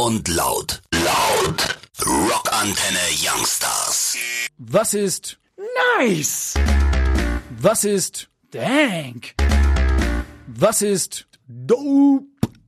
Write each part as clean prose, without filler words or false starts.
und laut. Laut. Rockantenne Youngstars. Was ist nice? Was ist dank? Was ist dope?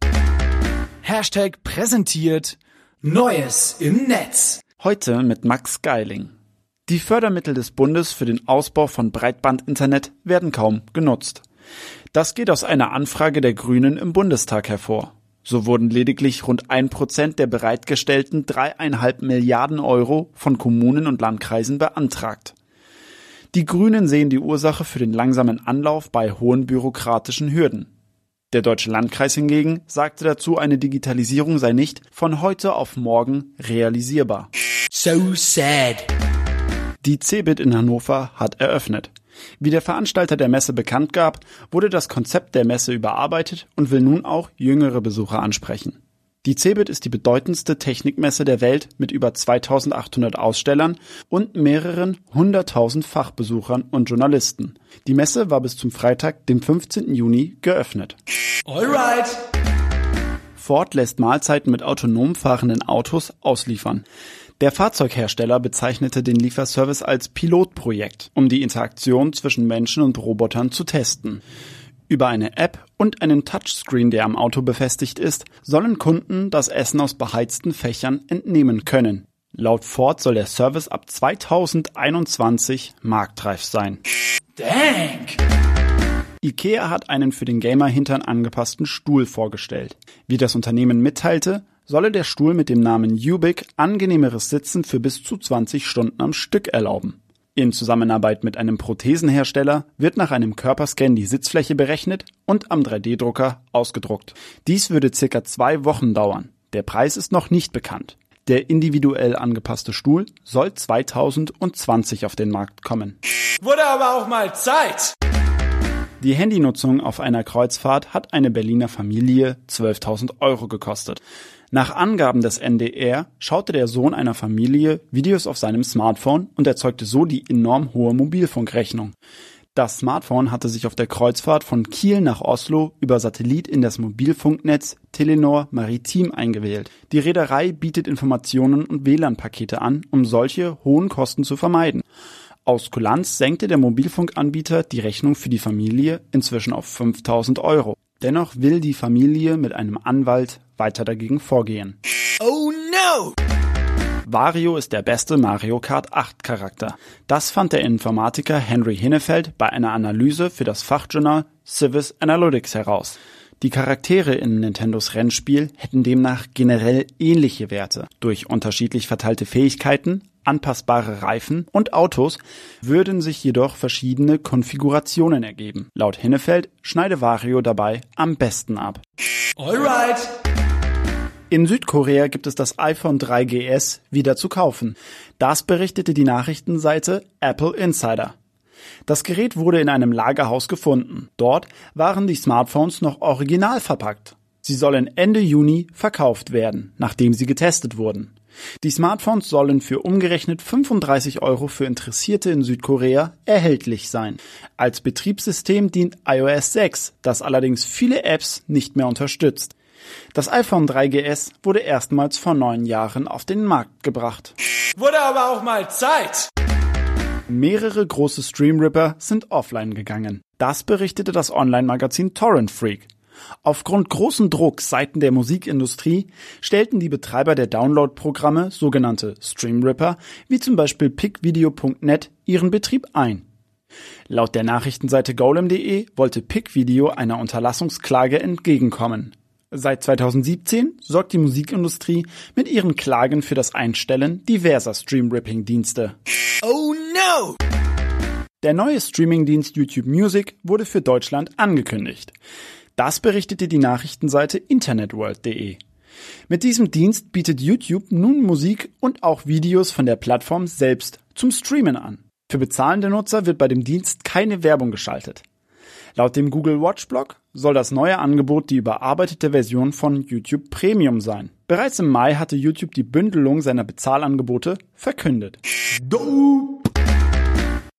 Hashtag präsentiert Neues im Netz. Heute mit Max Geiling. Die Fördermittel des Bundes für den Ausbau von Breitbandinternet werden kaum genutzt. Das geht aus einer Anfrage der Grünen im Bundestag hervor. So wurden lediglich rund 1% der bereitgestellten 3,5 Milliarden Euro von Kommunen und Landkreisen beantragt. Die Grünen sehen die Ursache für den langsamen Anlauf bei hohen bürokratischen Hürden. Der Deutsche Landkreis hingegen sagte dazu, eine Digitalisierung sei nicht von heute auf morgen realisierbar. So sad. Die CeBIT in Hannover hat eröffnet. Wie der Veranstalter der Messe bekannt gab, wurde das Konzept der Messe überarbeitet und will nun auch jüngere Besucher ansprechen. Die CeBIT ist die bedeutendste Technikmesse der Welt mit über 2800 Ausstellern und mehreren 100.000 Fachbesuchern und Journalisten. Die Messe war bis zum Freitag, dem 15. Juni, geöffnet. Alright. Ford lässt Mahlzeiten mit autonom fahrenden Autos ausliefern. Der Fahrzeughersteller bezeichnete den Lieferservice als Pilotprojekt, um die Interaktion zwischen Menschen und Robotern zu testen. Über eine App und einen Touchscreen, der am Auto befestigt ist, sollen Kunden das Essen aus beheizten Fächern entnehmen können. Laut Ford soll der Service ab 2021 marktreif sein. Dank. IKEA hat einen für den Gamer-Hintern angepassten Stuhl vorgestellt. Wie das Unternehmen mitteilte, solle der Stuhl mit dem Namen Ubik angenehmeres Sitzen für bis zu 20 Stunden am Stück erlauben. In Zusammenarbeit mit einem Prothesenhersteller wird nach einem Körperscan die Sitzfläche berechnet und am 3D-Drucker ausgedruckt. Dies würde ca. 2 Wochen dauern. Der Preis ist noch nicht bekannt. Der individuell angepasste Stuhl soll 2020 auf den Markt kommen. Wurde aber auch mal Zeit. Die Handynutzung auf einer Kreuzfahrt hat eine Berliner Familie 12.000 Euro gekostet. Nach Angaben des NDR schaute der Sohn einer Familie Videos auf seinem Smartphone und erzeugte so die enorm hohe Mobilfunkrechnung. Das Smartphone hatte sich auf der Kreuzfahrt von Kiel nach Oslo über Satellit in das Mobilfunknetz Telenor Maritim eingewählt. Die Reederei bietet Informationen und WLAN-Pakete an, um solche hohen Kosten zu vermeiden. Aus Kulanz senkte der Mobilfunkanbieter die Rechnung für die Familie inzwischen auf 5.000 Euro. Dennoch will die Familie mit einem Anwalt weiter dagegen vorgehen. Oh no! Wario ist der beste Mario Kart 8 Charakter. Das fand der Informatiker Henry Hinnefeld bei einer Analyse für das Fachjournal Civis Analytics heraus. Die Charaktere in Nintendos Rennspiel hätten demnach generell ähnliche Werte. Durch unterschiedlich verteilte Fähigkeiten, anpassbare Reifen und Autos würden sich jedoch verschiedene Konfigurationen ergeben. Laut Hinnefeld schneide Wario dabei am besten ab. Alright. In Südkorea gibt es das iPhone 3GS wieder zu kaufen. Das berichtete die Nachrichtenseite Apple Insider. Das Gerät wurde in einem Lagerhaus gefunden. Dort waren die Smartphones noch original verpackt. Sie sollen Ende Juni verkauft werden, nachdem sie getestet wurden. Die Smartphones sollen für umgerechnet 35 Euro für Interessierte in Südkorea erhältlich sein. Als Betriebssystem dient iOS 6, das allerdings viele Apps nicht mehr unterstützt. Das iPhone 3GS wurde erstmals vor 9 Jahren auf den Markt gebracht. Wurde aber auch mal Zeit. Mehrere große Streamripper sind offline gegangen. Das berichtete das Online-Magazin Torrent Freak. Aufgrund großen Drucks seitens der Musikindustrie stellten die Betreiber der Download-Programme, sogenannte Streamripper, wie zum Beispiel PicVideo.net, ihren Betrieb ein. Laut der Nachrichtenseite golem.de wollte PicVideo einer Unterlassungsklage entgegenkommen. Seit 2017 sorgt die Musikindustrie mit ihren Klagen für das Einstellen diverser Stream-Ripping-Dienste. Oh no! Der neue Streaming-Dienst YouTube Music wurde für Deutschland angekündigt. Das berichtete die Nachrichtenseite internetworld.de. Mit diesem Dienst bietet YouTube nun Musik und auch Videos von der Plattform selbst zum Streamen an. Für bezahlende Nutzer wird bei dem Dienst keine Werbung geschaltet. Laut dem Google Watch-Blog soll das neue Angebot die überarbeitete Version von YouTube Premium sein. Bereits im Mai hatte YouTube die Bündelung seiner Bezahlangebote verkündet. Dope.